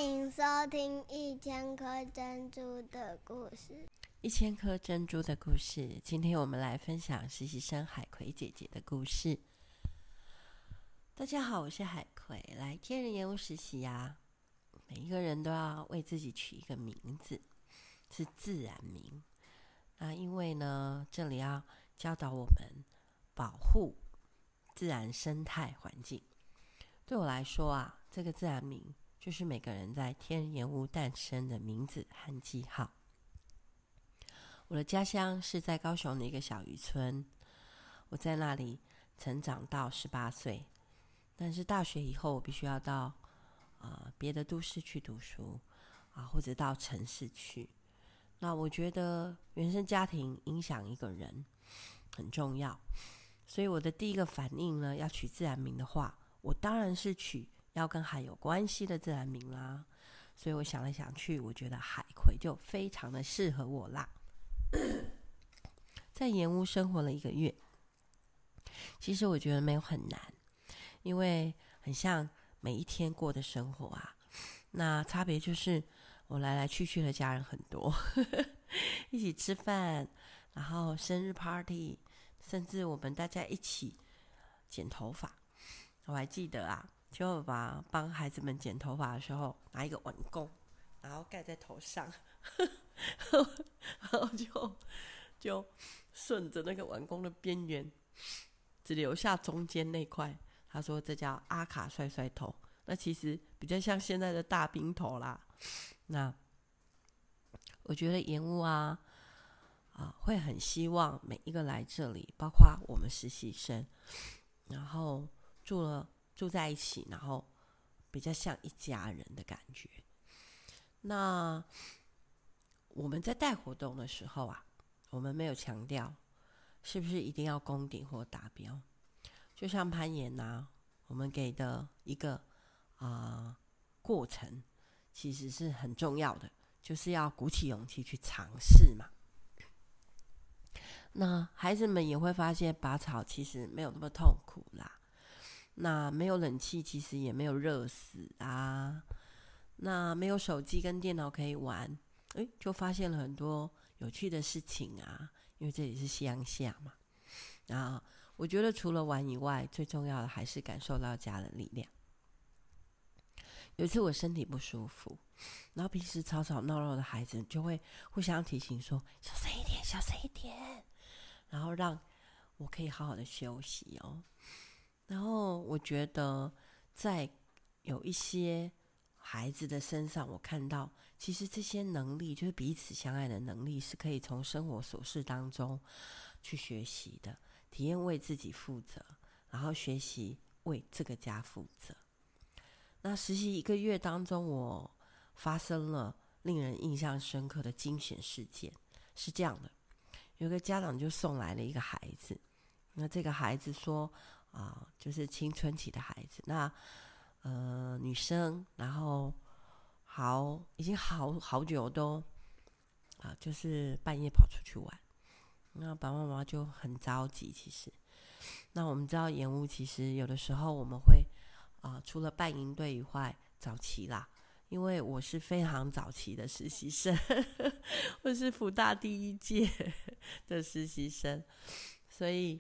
迎收听1000颗珍珠的故事。 1000颗珍珠的故事，今天我们来分享实习生海葵姐姐的故事。大家好，我是海葵，来天人研屋实习呀。每一个人都要为自己取一个名字，是自然名。那因为呢，这里要教导我们保护自然生态环境。对我来说啊，这个自然名就是每个人在天人研屋诞生的名字和记号。我的家乡是在高雄的一个小渔村，我在那里成长到18岁，但是大学以后我必须要到别的都市去读书或者到城市去。那我觉得原生家庭影响一个人很重要，所以我的第一个反应呢，要取自然名的话，我当然是取要跟海有关系的自然名啦。所以我想来想去，我觉得海葵就非常的适合我啦。在盐屋生活了1个月，其实我觉得没有很难，因为很像每一天过的生活啊。那差别就是我来来去去的家人很多一起吃饭，然后生日 party， 甚至我们大家一起剪头发。我还记得啊，就把帮孩子们剪头发的时候，拿一个碗弓，然后盖在头上然后就顺着那个碗弓的边缘，只留下中间那块。他说这叫阿卡帅帅头，那其实比较像现在的大兵头啦。那我觉得盐屋会很希望每一个来这里，包括我们实习生，然后住在一起，然后比较像一家人的感觉。那我们在带活动的时候啊，我们没有强调是不是一定要攻顶或达标。就像攀岩我们给的一个过程其实是很重要的，就是要鼓起勇气去尝试嘛。那孩子们也会发现拔草其实没有那么痛苦啦，那没有冷气其实也没有热死那没有手机跟电脑可以玩，就发现了很多有趣的事情因为这里是乡下嘛。我觉得除了玩以外，最重要的还是感受到家的力量。有一次我身体不舒服，然后平时吵吵闹闹的孩子就会互相提醒说小声一点小声一点，然后让我可以好好的休息然后我觉得在有一些孩子的身上，我看到其实这些能力，就是彼此相爱的能力，是可以从生活琐事当中去学习的，体验为自己负责，然后学习为这个家负责。那实习1个月当中，我发生了令人印象深刻的惊险事件。是这样的，有个家长就送来了一个孩子，那这个孩子说就是青春期的孩子，那女生，然后已经好久都就是半夜跑出去玩，那爸爸妈妈就很着急。其实那我们知道盐屋其实有的时候我们会除了办营队以外，早期啦，因为我是非常早期的实习生我是辅大第1届的实习生，所以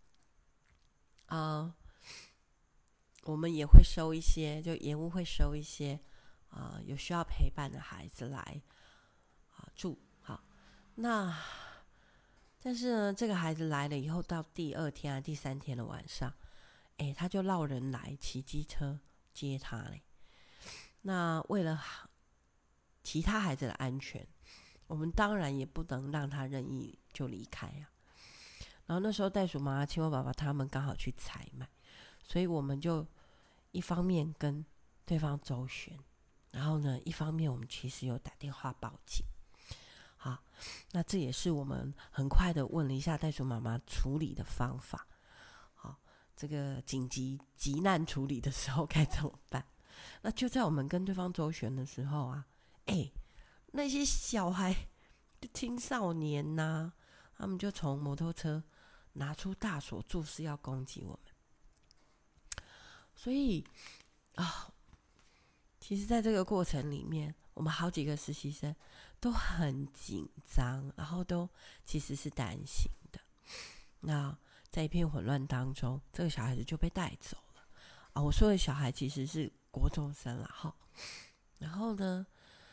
我们也会收一些，就盐屋会收一些有需要陪伴的孩子来住。好，那但是呢，这个孩子来了以后，到第2天第3天的晚上，他就绕人来骑机车接他嘞。那为了其他孩子的安全，我们当然也不能让他任意就离开然后那时候袋鼠妈妈、青蛙爸爸他们刚好去采买，所以我们就一方面跟对方周旋，然后呢，一方面我们其实有打电话报警。好，那这也是我们很快的问了一下袋鼠妈妈处理的方法。好，这个紧急急难处理的时候该怎么办？那就在我们跟对方周旋的时候那些小孩青少年他们就从摩托车拿出大锁，作势要攻击我们。所以其实在这个过程里面，我们好几个实习生都很紧张，然后都其实是担心的。那在一片混乱当中，这个小孩子就被带走了啊！我说的小孩其实是国中生啦，哈。然后呢，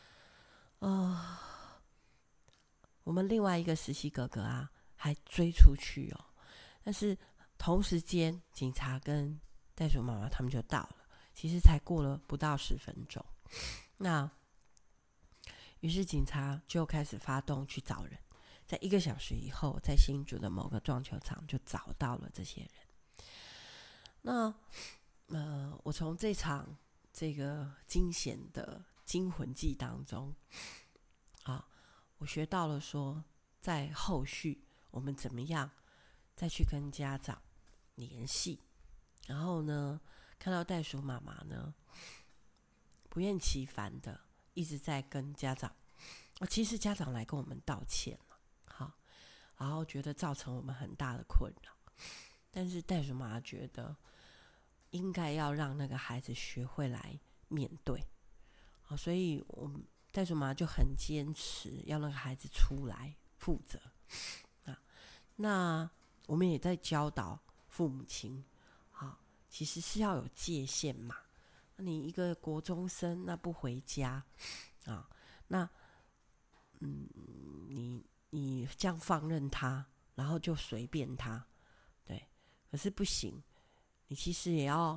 我们另外一个实习哥哥啊，还追出去哦。但是同时间，警察跟袋鼠妈妈他们就到了，其实才过了不到10分钟。那于是警察就开始发动去找人，在1个小时以后，在新竹的某个撞球场就找到了这些人。那我从这场这个惊险的惊魂记当中啊，我学到了说，在后续我们怎么样再去跟家长联系，然后呢，看到袋鼠妈妈呢不厌其烦的一直在跟家长，其实家长来跟我们道歉了，好，然后觉得造成我们很大的困扰，但是袋鼠妈妈觉得应该要让那个孩子学会来面对，所以我们袋鼠妈妈就很坚持要那个孩子出来负责啊。那我们也在教导父母亲，其实是要有界限嘛。你一个国中生，那不回家啊，那你这样放任他，然后就随便他，对，可是不行，你其实也要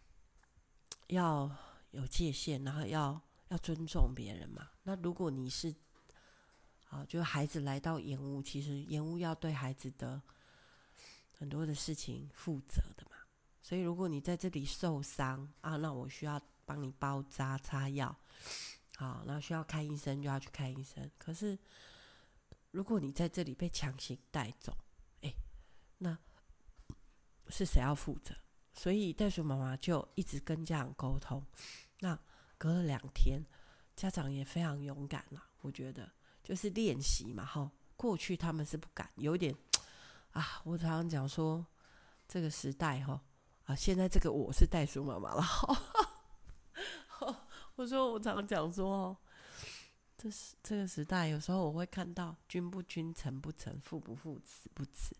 有界限，然后要尊重别人嘛。那如果你是就孩子来到延误，其实延误要对孩子的很多的事情负责的嘛。所以如果你在这里受伤啊，那我需要帮你包扎擦药，好，然后需要看医生就要去看医生。可是如果你在这里被强行带走，那是谁要负责？所以袋鼠妈妈就一直跟家长沟通。那隔了2天，家长也非常勇敢啦，我觉得就是练习嘛，过去他们是不敢，有一点我常常讲说，这个时代现在这个我是袋鼠妈妈了，我常常讲说，这个时代有时候我会看到君不君，臣不臣，父不父，子不子。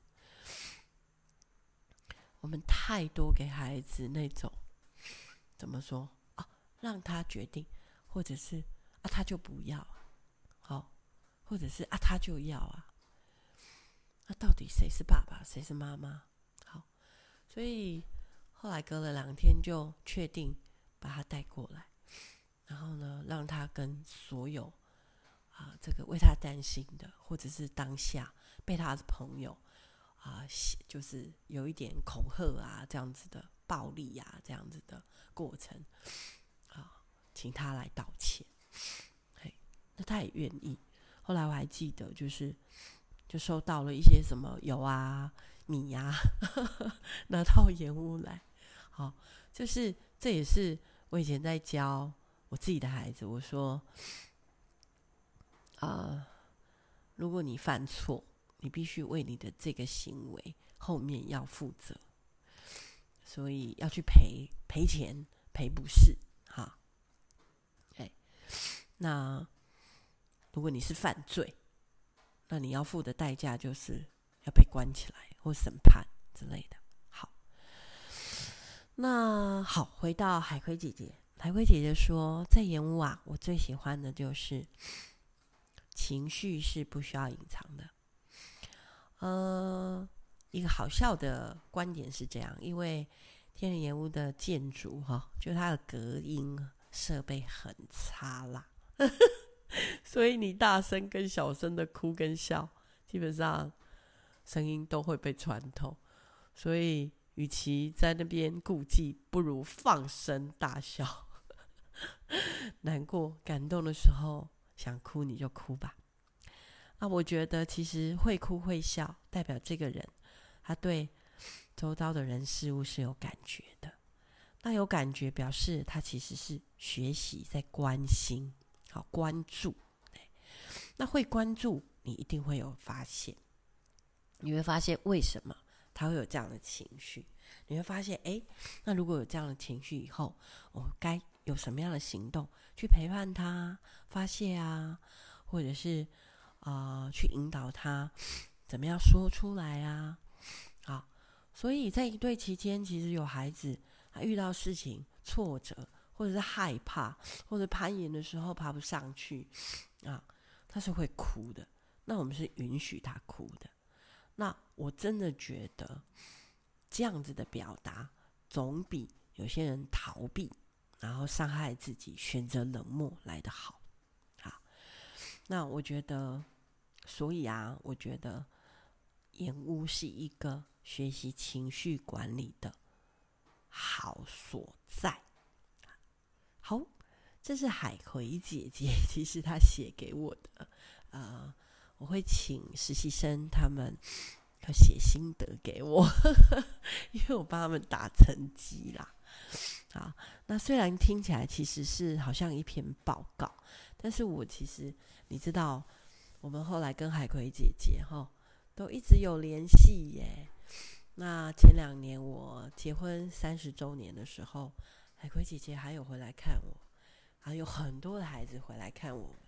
我们太多给孩子那种怎么说让他决定，或者是他就不要，或者是他就要那到底谁是爸爸，谁是妈妈？好，所以后来隔了2天就确定把他带过来，然后呢，让他跟所有这个为他担心的，或者是当下被他的朋友就是有一点恐吓这样子的暴力这样子的过程请他来道歉。那他也愿意。后来我还记得，就收到了一些什么油米拿到延误来。好，就是这也是我以前在教我自己的孩子，我说如果你犯错，你必须为你的这个行为后面要负责，所以要去赔钱赔不是那如果你是犯罪，那你要付的代价就是要被关起来或审判之类的。好，回到海葵姐姐。海葵姐姐说，在延误我最喜欢的就是情绪是不需要隐藏的。一个好笑的观点是这样，因为天人延误的建筑就它的隔音设备很差啦所以你大声跟小声的哭跟笑，基本上声音都会被穿透。所以与其在那边顾忌，不如放声大笑难过感动的时候想哭你就哭吧。我觉得其实会哭会笑代表这个人他对周遭的人事物是有感觉的，那有感觉表示他其实是学习在关心关注。那会关注你一定会有发现，你会发现为什么他会有这样的情绪，你会发现那如果有这样的情绪以后，我该有什么样的行动去陪伴他发泄啊，或者是去引导他怎么样说出来啊。好，所以在一对期间，其实有孩子他遇到事情挫折，或者是害怕，或者攀岩的时候爬不上去啊，他是会哭的。那我们是允许他哭的。那我真的觉得这样子的表达，总比有些人逃避，然后伤害自己，选择冷漠来得好。好，那我觉得，所以我觉得延误是一个学习情绪管理的好所在。好，这是海葵姐姐，其实她写给我的。我会请实习生他们写心得给我，因为我帮他们打成绩啦。好，那虽然听起来其实是好像一篇报告，但是我其实你知道，我们后来跟海葵姐姐都一直有联系耶。那前2年我结婚30周年的时候，海葵姐姐还有回来看我，还有很多的孩子回来看我们。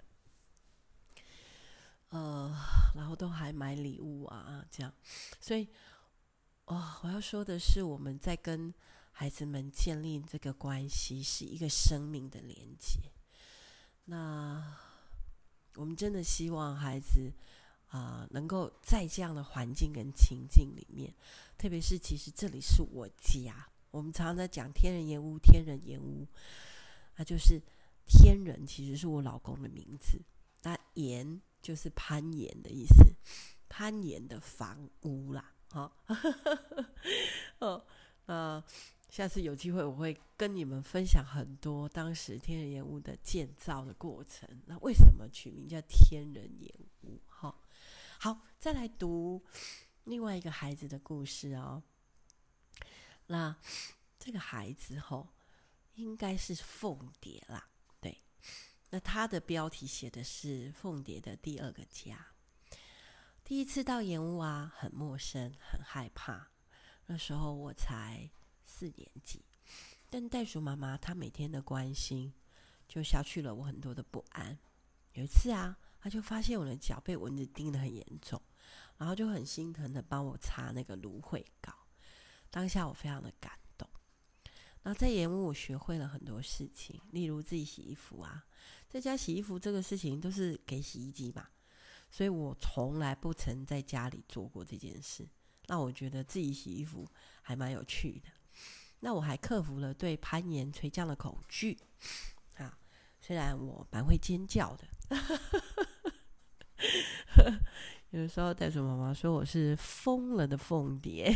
然后都还买礼物啊，这样，所以，我要说的是，我们在跟孩子们建立这个关系，是一个生命的连接。那我们真的希望孩子能够在这样的环境跟情境里面，特别是其实这里是我家，我们常常在讲天人岩屋，天人岩屋，那就是天人其实是我老公的名字，那岩就是攀岩的意思，攀岩的房屋啦。下次有机会我会跟你们分享很多当时天人岩屋的建造的过程。那为什么取名叫天人岩屋？好，再来读另外一个孩子的故事哦。那这个孩子应该是凤蝶啦，对。那他的标题写的是凤蝶的第2个家。第一次到岩屋很陌生，很害怕。那时候我才4年级，但袋鼠妈妈她每天的关心，就消去了我很多的不安。有一次她就发现我的脚被蚊子叮得很严重，然后就很心疼的帮我擦那个芦荟膏。当下我非常的感动。然后在岩屋我学会了很多事情，例如自己洗衣服在家洗衣服这个事情都是给洗衣机嘛，所以我从来不曾在家里做过这件事。那我觉得自己洗衣服还蛮有趣的。那我还克服了对攀岩垂降的恐惧虽然我蛮会尖叫的有的时候袋鼠妈妈说我是疯了的凤蝶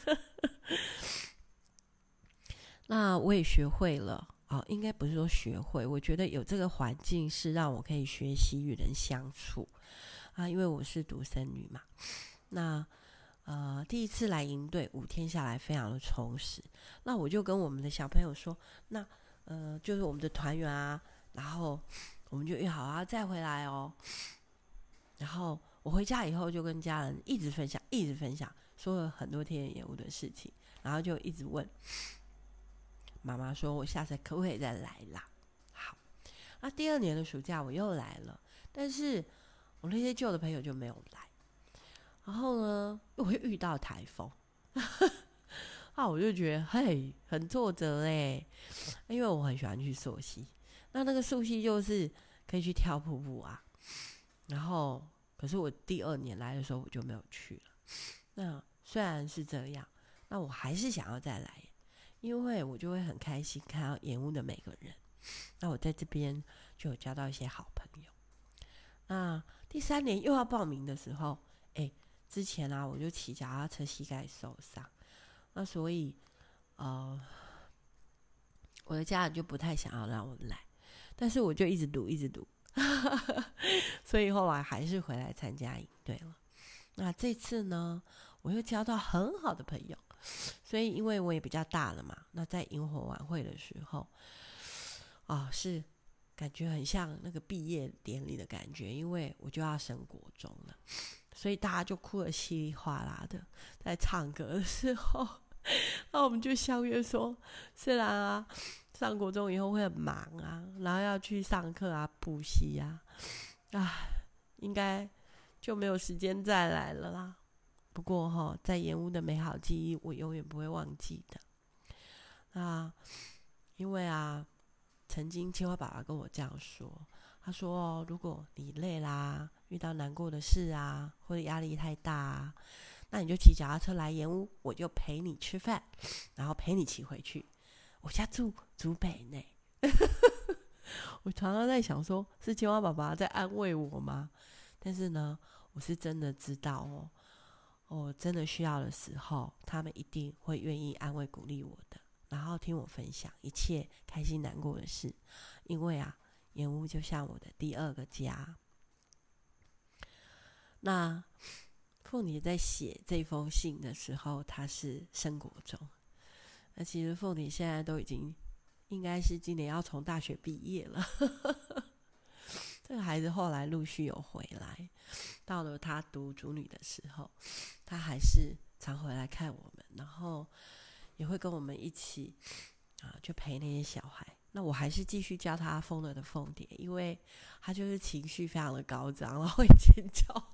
那我也学会了应该不是说学会，我觉得有这个环境是让我可以学习与人相处因为我是独生女嘛。那第一次来营队5天下来非常的充实。那我就跟我们的小朋友说，那就是我们的团员然后我们就约好再回来哦。然后我回家以后就跟家人一直分享，说了很多天岩屋的事情，然后就一直问妈妈说我下次可不可以再来啦。好，那第2年的暑假我又来了，但是我那些旧的朋友就没有来。然后呢我又遇到台风我就觉得很挫折因为我很喜欢去溯溪，那个溯溪就是可以去跳瀑布然后可是我第2年来的时候我就没有去了。那虽然是这样，那我还是想要再来，因为我就会很开心看到岩屋的每个人。那我在这边就有交到一些好朋友。那第3年又要报名的时候之前我就骑脚踏车膝盖受伤，那所以我的家人就不太想要让我来，但是我就一直读所以后来还是回来参加营队了。那这次呢我又交到很好的朋友，所以因为我也比较大了嘛，那在萤火晚会的时候是感觉很像那个毕业典礼的感觉，因为我就要升国中了，所以大家就哭得稀里哗啦的。在唱歌的时候那我们就相约说，虽然啊上国中以后会很忙啊，然后要去上课啊、补习啊，应该就没有时间再来了啦。不过在盐屋的美好记忆，我永远不会忘记的。因为曾经青蛙爸爸跟我这样说，他说如果你累啦，遇到难过的事啊，或者压力太大啊，那你就骑脚踏车来盐屋，我就陪你吃饭，然后陪你骑回去。我家住竹北呢。我常常在想说，是青蛙爸爸在安慰我吗？但是呢，我是真的知道真的需要的时候，他们一定会愿意安慰鼓励我的，然后听我分享一切开心难过的事。因为盐屋就像我的第二个家。那凤梨在写这封信的时候，他是升国中。那其实凤梨现在都已经应该是今年要从大学毕业了。这个孩子后来陆续有回来，到了他读主女的时候，他还是常回来看我们，然后也会跟我们一起去陪那些小孩。那我还是继续叫他疯了的凤蝶，因为他就是情绪非常的高涨，然后会尖叫。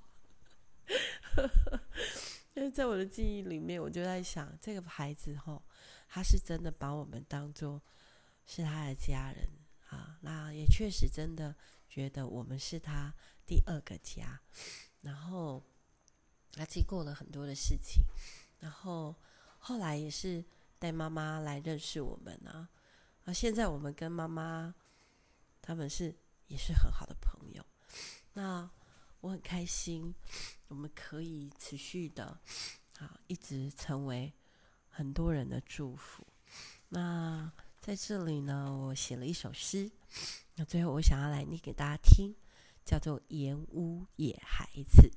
因为在我的记忆里面，我就在想，这个孩子他是真的把我们当作是他的家人那也确实真的觉得我们是他第二个家。然后他经过了很多的事情，然后后来也是带妈妈来认识我们现在我们跟妈妈他们也是很好的朋友。那我很开心，我们可以持续的一直成为很多人的祝福。那在这里呢，我写了一首诗，那最后我想要来念给大家听，叫做《盐屋野孩子》。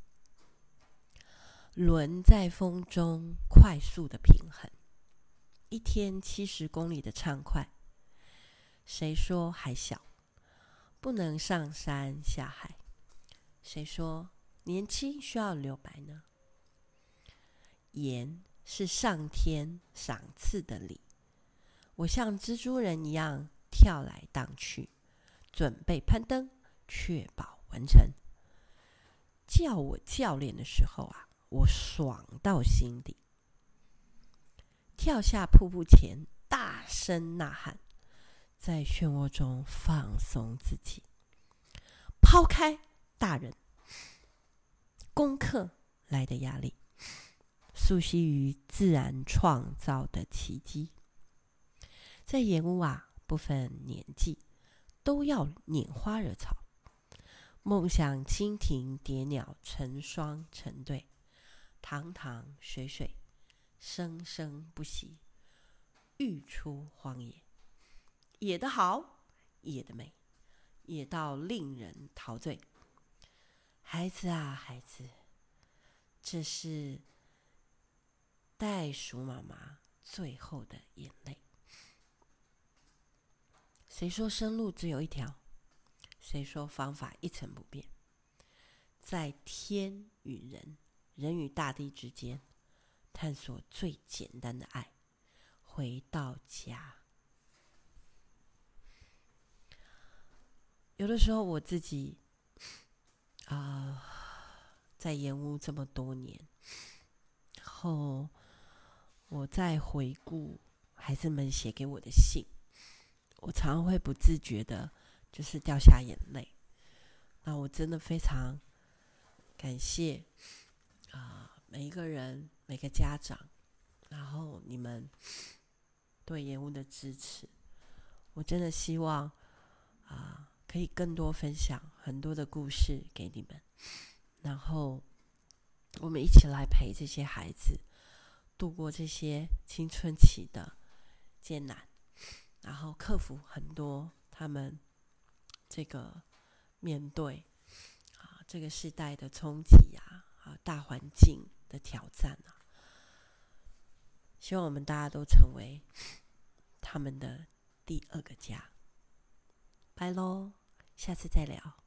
轮在风中快速的平衡，一天70公里的畅快。谁说还小，不能上山下海？谁说年轻需要留白呢？盐是上天赏赐的礼，我像蜘蛛人一样跳来荡去，准备攀登，确保完成。叫我教练的时候我爽到心底。跳下瀑布前，大声呐喊，在漩涡中放松自己，抛开大人功课来的压力，溯溪于自然创造的奇迹。在盐屋不分年纪，都要拈花惹草，梦想蜻蜓蝶鸟成双成对，堂堂水水，生生不息，育出荒野。野的好，野的美，野到令人陶醉。孩子孩子，这是袋鼠妈妈最后的眼泪。谁说生路只有一条？谁说方法一成不变？在天与人，人与大地之间，探索最简单的爱，回到家。有的时候我自己在盐屋这么多年后，我在回顾孩子们写给我的信，我常常会不自觉的就是掉下眼泪。那我真的非常感谢每一个人，每个家长，然后你们对盐屋的支持。我真的希望可以更多分享很多的故事给你们，然后我们一起来陪这些孩子度过这些青春期的艰难，然后克服很多他们这个面对这个世代的冲击大环境的挑战希望我们大家都成为他们的第二个家。拜咯，下次再聊。